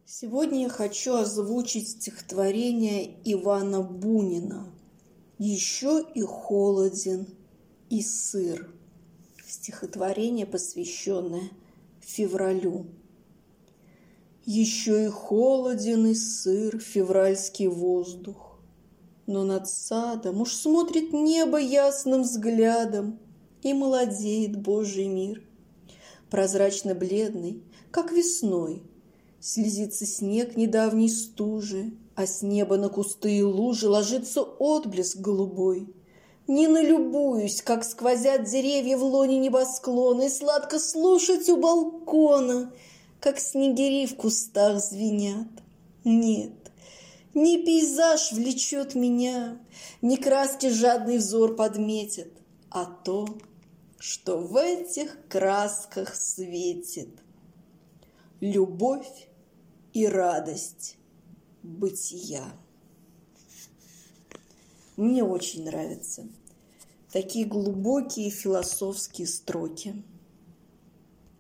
Сегодня я хочу озвучить стихотворение Ивана Бунина «Еще и холоден, и сыр». Стихотворение, посвященное февралю. Еще и холоден, и сыр февральский воздух, но над садом уж смотрит небо ясным взглядом, и молодеет Божий мир. Прозрачно-бледный, как весной, слезится снег недавней стужи, а с неба на кусты и лужи ложится отблеск голубой. Не налюбуюсь, как сквозят деревья в лоне небосклона, и сладко слушать у балкона, как снегири в кустах звенят. Нет, не пейзаж влечет меня, не краски жадный взор подметит, а то, что в этих красках светит. Любовь и радость бытия. Мне очень нравятся такие глубокие философские строки.